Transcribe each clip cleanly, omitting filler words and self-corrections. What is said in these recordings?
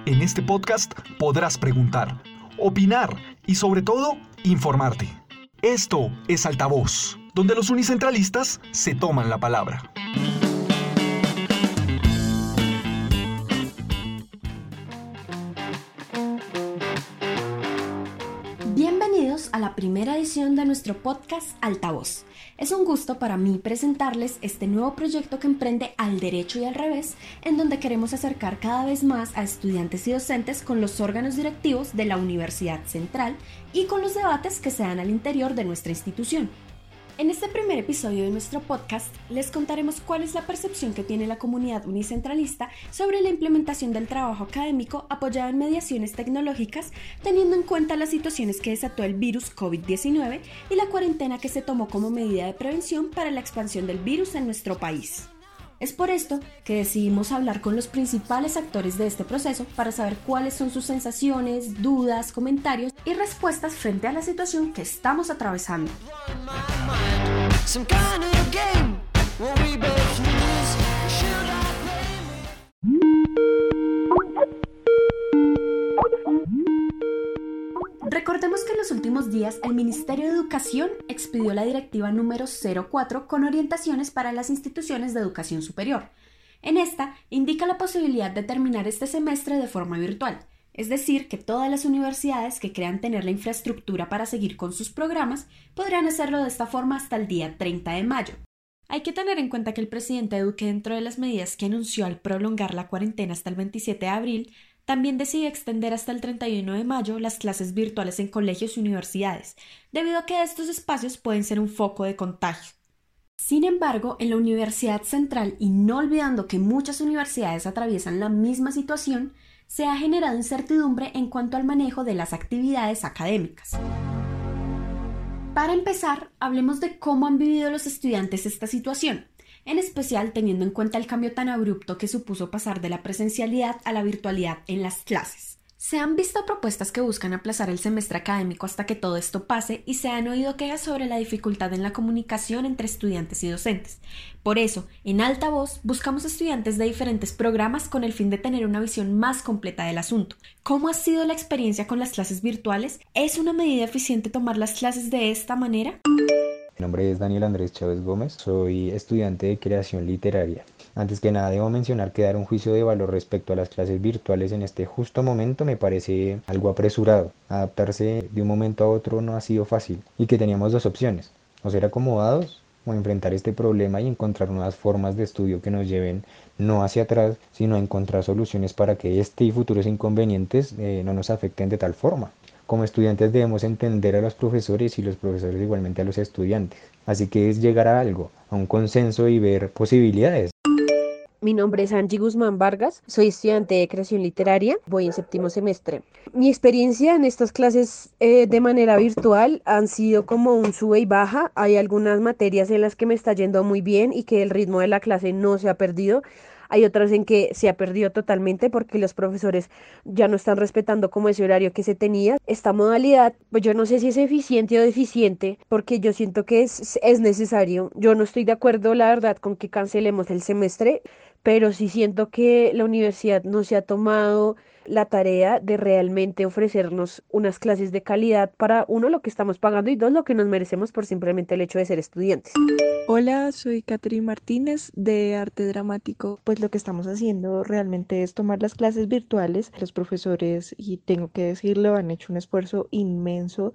En este podcast podrás preguntar, opinar y sobre todo, informarte. Esto es Altavoz, donde los unicentralistas se toman la palabra. Bienvenidos a la primera edición de nuestro podcast Altavoz. Es un gusto para mí presentarles este nuevo proyecto que emprende al derecho y al revés, en donde queremos acercar cada vez más a estudiantes y docentes con los órganos directivos de la Universidad Central y con los debates que se dan al interior de nuestra institución. En este primer episodio de nuestro podcast les contaremos cuál es la percepción que tiene la comunidad unicentralista sobre la implementación del trabajo académico apoyado en mediaciones tecnológicas, teniendo en cuenta las situaciones que desató el virus COVID-19 y la cuarentena que se tomó como medida de prevención para la expansión del virus en nuestro país. Es por esto que decidimos hablar con los principales actores de este proceso para saber cuáles son sus sensaciones, dudas, comentarios y respuestas frente a la situación que estamos atravesando. Recordemos que en los últimos días el Ministerio de Educación expidió la directiva número 04 con orientaciones para las instituciones de educación superior. En esta indica la posibilidad de terminar este semestre de forma virtual, es decir, que todas las universidades que crean tener la infraestructura para seguir con sus programas podrán hacerlo de esta forma hasta el día 30 de mayo. Hay que tener en cuenta que el presidente Duque, dentro de las medidas que anunció al prolongar la cuarentena hasta el 27 de abril, también decide extender hasta el 31 de mayo las clases virtuales en colegios y universidades, debido a que estos espacios pueden ser un foco de contagio. Sin embargo, en la Universidad Central, y no olvidando que muchas universidades atraviesan la misma situación, se ha generado incertidumbre en cuanto al manejo de las actividades académicas. Para empezar, hablemos de cómo han vivido los estudiantes esta situación, en especial teniendo en cuenta el cambio tan abrupto que supuso pasar de la presencialidad a la virtualidad en las clases. Se han visto propuestas que buscan aplazar el semestre académico hasta que todo esto pase y se han oído quejas sobre la dificultad en la comunicación entre estudiantes y docentes. Por eso, en Altavoz buscamos estudiantes de diferentes programas con el fin de tener una visión más completa del asunto. ¿Cómo ha sido la experiencia con las clases virtuales? ¿Es una medida eficiente tomar las clases de esta manera? Mi nombre es Daniel Andrés Chávez Gómez, soy estudiante de creación literaria. Antes que nada debo mencionar que dar un juicio de valor respecto a las clases virtuales en este justo momento me parece algo apresurado. Adaptarse de un momento a otro no ha sido fácil y que teníamos dos opciones, o ser acomodados o enfrentar este problema y encontrar nuevas formas de estudio que nos lleven no hacia atrás, sino a encontrar soluciones para que este y futuros inconvenientes no nos afecten de tal forma. Como estudiantes debemos entender a los profesores y los profesores igualmente a los estudiantes. Así que es llegar a algo, a un consenso y ver posibilidades. Mi nombre es Angie Guzmán Vargas, soy estudiante de creación literaria, voy en séptimo semestre. Mi experiencia en estas clases de manera virtual han sido como un sube y baja. Hay algunas materias en las que me está yendo muy bien y que el ritmo de la clase no se ha perdido. Hay otras en que se ha perdido totalmente porque los profesores ya no están respetando como ese horario que se tenía. Esta modalidad, pues yo no sé si es eficiente o deficiente, porque yo siento que es necesario. Yo no estoy de acuerdo, la verdad, con que cancelemos el semestre, pero sí siento que la universidad no se ha tomado la tarea de realmente ofrecernos unas clases de calidad para, uno, lo que estamos pagando y dos, lo que nos merecemos por simplemente el hecho de ser estudiantes. Hola, soy Catherine Martínez de Arte Dramático. Pues lo que estamos haciendo realmente es tomar las clases virtuales. Los profesores, y tengo que decirlo, han hecho un esfuerzo inmenso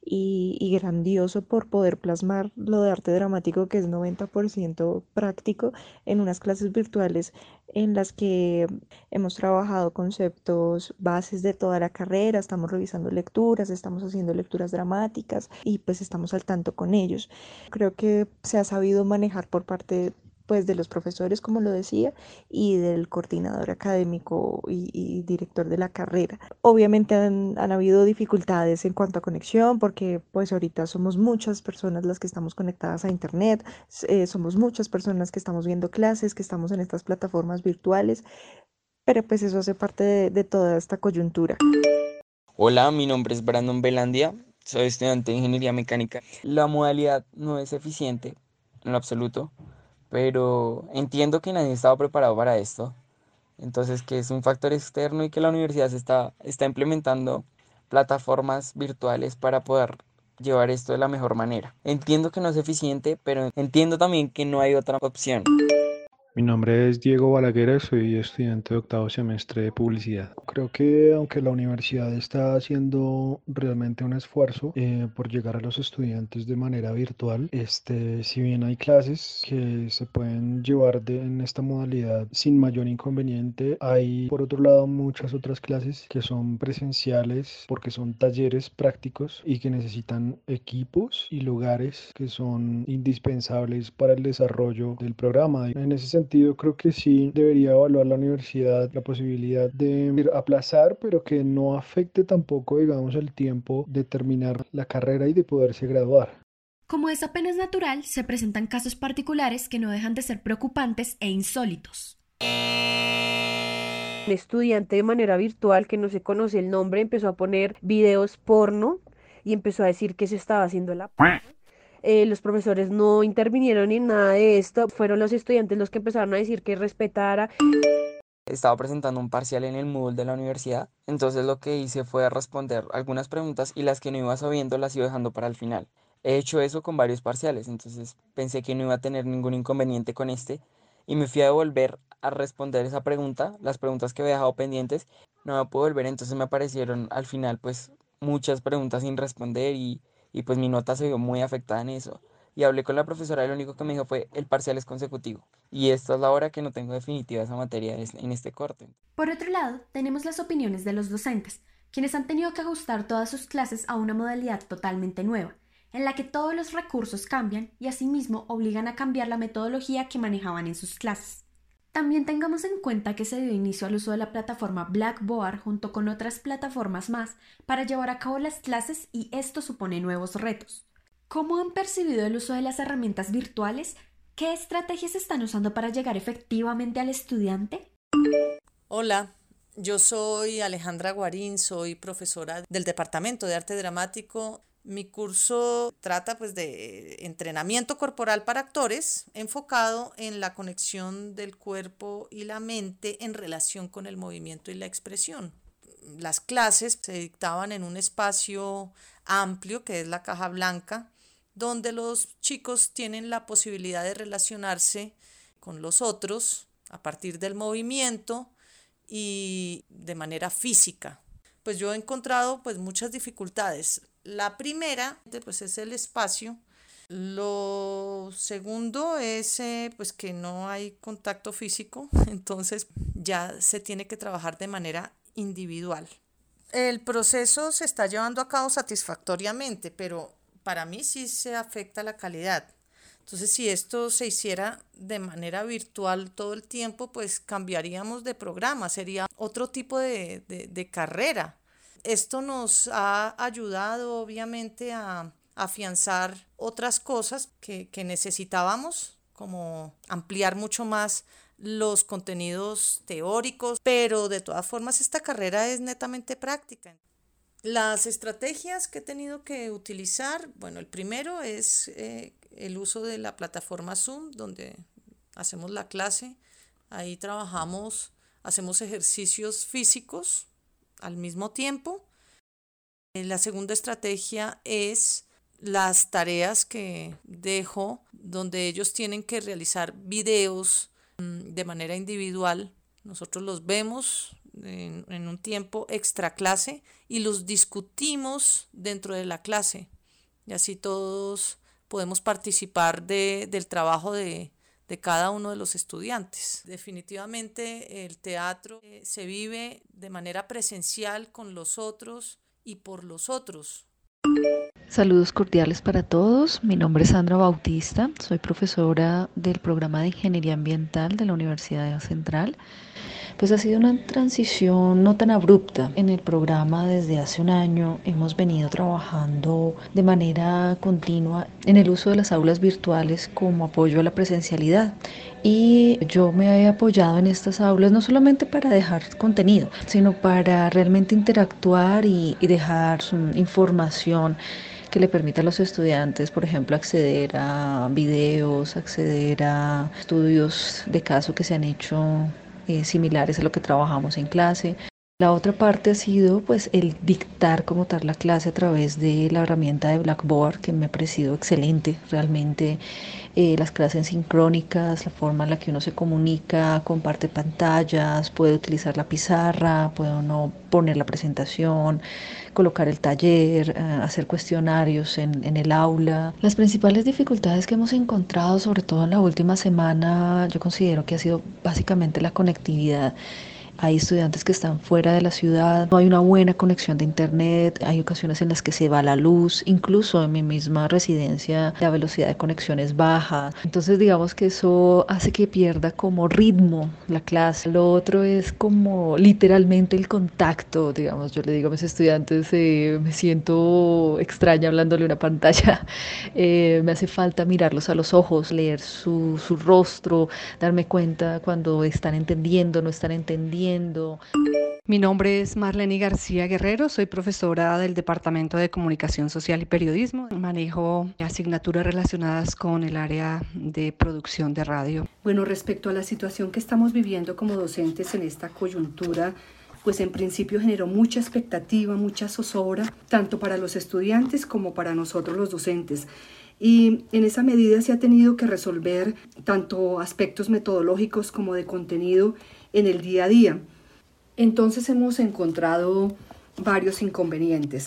y grandioso por poder plasmar lo de arte dramático, que es 90% práctico, en unas clases virtuales en las que hemos trabajado conceptos bases de toda la carrera, estamos revisando lecturas, estamos haciendo lecturas dramáticas y pues estamos al tanto con ellos. Creo que se ha sabido manejar por parte pues de los profesores, como lo decía, y del coordinador académico y director de la carrera. Obviamente han habido dificultades en cuanto a conexión, porque pues ahorita somos muchas personas las que estamos conectadas a internet, somos muchas personas que estamos viendo clases, que estamos en estas plataformas virtuales, pero pues eso hace parte de toda esta coyuntura. Hola, mi nombre es Brandon Belandia, soy estudiante de ingeniería mecánica. La modalidad no es eficiente en lo absoluto, pero entiendo que nadie estaba preparado para esto Entonces, que es un factor externo y que la universidad está implementando plataformas virtuales para poder llevar esto de la mejor manera. Entiendo que no es eficiente, pero entiendo también que no hay otra opción. Mi nombre es Diego Balaguer, soy estudiante de octavo semestre de publicidad. Creo que aunque la universidad está haciendo realmente un esfuerzo por llegar a los estudiantes de manera virtual, si bien hay clases que se pueden llevar en esta modalidad sin mayor inconveniente, hay por otro lado muchas otras clases que son presenciales porque son talleres prácticos y que necesitan equipos y lugares que son indispensables para el desarrollo del programa. En ese sentido, creo que sí debería evaluar la universidad la posibilidad de aplazar, pero que no afecte tampoco, digamos, el tiempo de terminar la carrera y de poderse graduar. Como es apenas natural, se presentan casos particulares que no dejan de ser preocupantes e insólitos. Un estudiante de manera virtual que no se conoce el nombre empezó a poner videos porno y empezó a decir que se estaba haciendo la paja. Los profesores no intervinieron en nada de esto, fueron los estudiantes los que empezaron a decir que respetara. Estaba presentando un parcial en el Moodle de la universidad, entonces lo que hice fue responder algunas preguntas y las que no iba sabiendo las iba dejando para el final. He hecho eso con varios parciales, entonces pensé que no iba a tener ningún inconveniente con este y me fui a devolver a responder esa pregunta, las preguntas que había dejado pendientes, no me pude volver, entonces me aparecieron al final pues muchas preguntas sin responder y pues mi nota se vio muy afectada en eso. Y hablé con la profesora y lo único que me dijo fue el parcial es consecutivo. Y esta es la hora que no tengo definitiva esa materia en este corte. Por otro lado, tenemos las opiniones de los docentes, quienes han tenido que ajustar todas sus clases a una modalidad totalmente nueva, en la que todos los recursos cambian y asimismo obligan a cambiar la metodología que manejaban en sus clases. También tengamos en cuenta que se dio inicio al uso de la plataforma Blackboard junto con otras plataformas más para llevar a cabo las clases y esto supone nuevos retos. ¿Cómo han percibido el uso de las herramientas virtuales? ¿Qué estrategias están usando para llegar efectivamente al estudiante? Hola, yo soy Alejandra Guarín, soy profesora del Departamento de Arte Dramático. Mi curso trata pues de entrenamiento corporal para actores enfocado en la conexión del cuerpo y la mente en relación con el movimiento y la expresión. Las clases se dictaban en un espacio amplio que es la caja blanca, donde los chicos tienen la posibilidad de relacionarse con los otros a partir del movimiento y de manera física. Pues yo he encontrado pues muchas dificultades. La primera pues es el espacio. Lo segundo es pues que no hay contacto físico, entonces ya se tiene que trabajar de manera individual. El proceso se está llevando a cabo satisfactoriamente, pero para mí sí se afecta la calidad. Entonces, si esto se hiciera de manera virtual todo el tiempo, pues cambiaríamos de programa, sería otro tipo de carrera. Esto nos ha ayudado, obviamente, a afianzar otras cosas que necesitábamos, como ampliar mucho más los contenidos teóricos, pero de todas formas esta carrera es netamente práctica. Las estrategias que he tenido que utilizar, bueno, el primero es el uso de la plataforma Zoom, donde hacemos la clase. Ahí trabajamos, hacemos ejercicios físicos al mismo tiempo. La segunda estrategia es las tareas que dejo, donde ellos tienen que realizar videos de manera individual. Nosotros los vemos en un tiempo extra clase y los discutimos dentro de la clase. Y así todos podemos participar del trabajo de cada uno de los estudiantes. Definitivamente el teatro se vive de manera presencial con los otros y por los otros. Saludos cordiales para todos. Mi nombre es Sandra Bautista, soy profesora del programa de Ingeniería Ambiental de la Universidad Central. Pues ha sido una transición no tan abrupta. En el programa desde hace un año hemos venido trabajando de manera continua en el uso de las aulas virtuales como apoyo a la presencialidad. Y yo me he apoyado en estas aulas no solamente para dejar contenido, sino para realmente interactuar y dejar información que le permita a los estudiantes, por ejemplo, acceder a videos, acceder a estudios de caso que se han hecho similares a lo que trabajamos en clase. La otra parte ha sido pues el dictar como tal la clase a través de la herramienta de Blackboard, que me ha parecido excelente realmente. Las clases sincrónicas, la forma en la que uno se comunica, comparte pantallas, puede utilizar la pizarra, puede uno poner la presentación, colocar el taller, hacer cuestionarios en el aula. Las principales dificultades que hemos encontrado, sobre todo en la última semana, yo considero que ha sido básicamente la conectividad. Hay estudiantes que están fuera de la ciudad, no hay una buena conexión de internet, hay ocasiones en las que se va la luz, incluso en mi misma residencia la velocidad de conexión es baja. Entonces digamos que eso hace que pierda como ritmo la clase. Lo otro es como literalmente el contacto, digamos, yo le digo a mis estudiantes, me siento extraña hablándole a una pantalla, me hace falta mirarlos a los ojos, leer su rostro, darme cuenta cuando están entendiendo, no están entendiendo. Mi nombre es Marlene García Guerrero, soy profesora del Departamento de Comunicación Social y Periodismo. Manejo asignaturas relacionadas con el área de producción de radio. Bueno, respecto a la situación que estamos viviendo como docentes en esta coyuntura, pues en principio generó mucha expectativa, mucha zozobra, tanto para los estudiantes como para nosotros los docentes. Y en esa medida se ha tenido que resolver tanto aspectos metodológicos como de contenido en el día a día. Entonces hemos encontrado varios inconvenientes.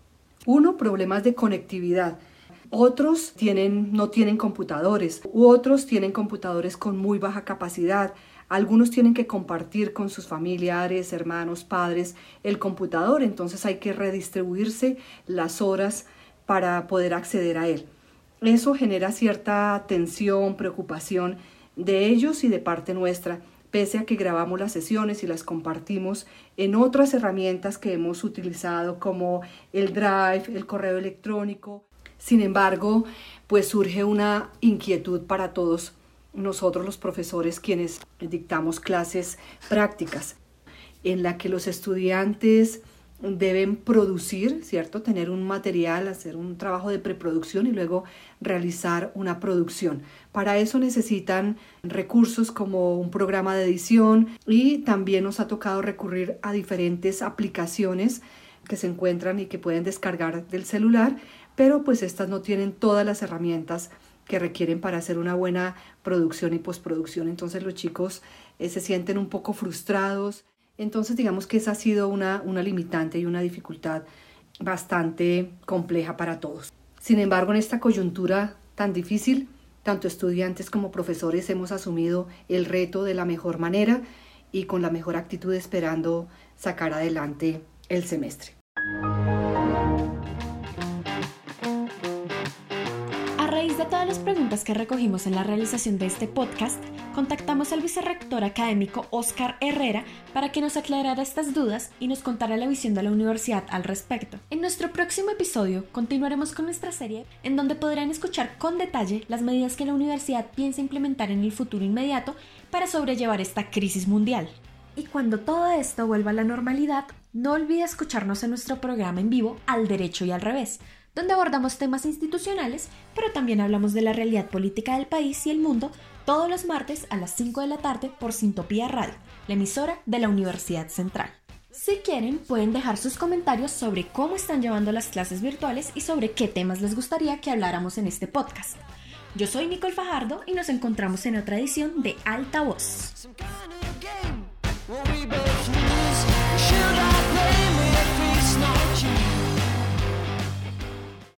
Uno, problemas de conectividad. Otros no tienen computadores, u otros tienen computadores con muy baja capacidad. Algunos tienen que compartir con sus familiares, hermanos, padres el computador, entonces hay que redistribuirse las horas para poder acceder a él. Eso genera cierta tensión, preocupación de ellos y de parte nuestra, pese a que grabamos las sesiones y las compartimos en otras herramientas que hemos utilizado como el Drive, el correo electrónico. Sin embargo, pues surge una inquietud para todos nosotros los profesores quienes dictamos clases prácticas, en la que los estudiantes deben producir, ¿cierto? Tener un material, hacer un trabajo de preproducción y luego realizar una producción. Para eso necesitan recursos como un programa de edición y también nos ha tocado recurrir a diferentes aplicaciones que se encuentran y que pueden descargar del celular, pero pues estas no tienen todas las herramientas que requieren para hacer una buena producción y postproducción. Entonces los chicos se sienten un poco frustrados. Entonces digamos que esa ha sido una limitante y una dificultad bastante compleja para todos. Sin embargo, en esta coyuntura tan difícil, tanto estudiantes como profesores hemos asumido el reto de la mejor manera y con la mejor actitud, esperando sacar adelante el semestre. A raíz de todas las preguntas que recogimos en la realización de este podcast, contactamos al vicerrector académico Óscar Herrera para que nos aclarara estas dudas y nos contara la visión de la universidad al respecto. En nuestro próximo episodio continuaremos con nuestra serie, en donde podrán escuchar con detalle las medidas que la universidad piensa implementar en el futuro inmediato para sobrellevar esta crisis mundial. Y cuando todo esto vuelva a la normalidad, no olvide escucharnos en nuestro programa en vivo Al Derecho y al Revés, donde abordamos temas institucionales, pero también hablamos de la realidad política del país y el mundo, todos los martes a las 5 de la tarde por Sintopía Radio, la emisora de la Universidad Central. Si quieren, pueden dejar sus comentarios sobre cómo están llevando las clases virtuales y sobre qué temas les gustaría que habláramos en este podcast. Yo soy Nicole Fajardo y nos encontramos en otra edición de Altavoz.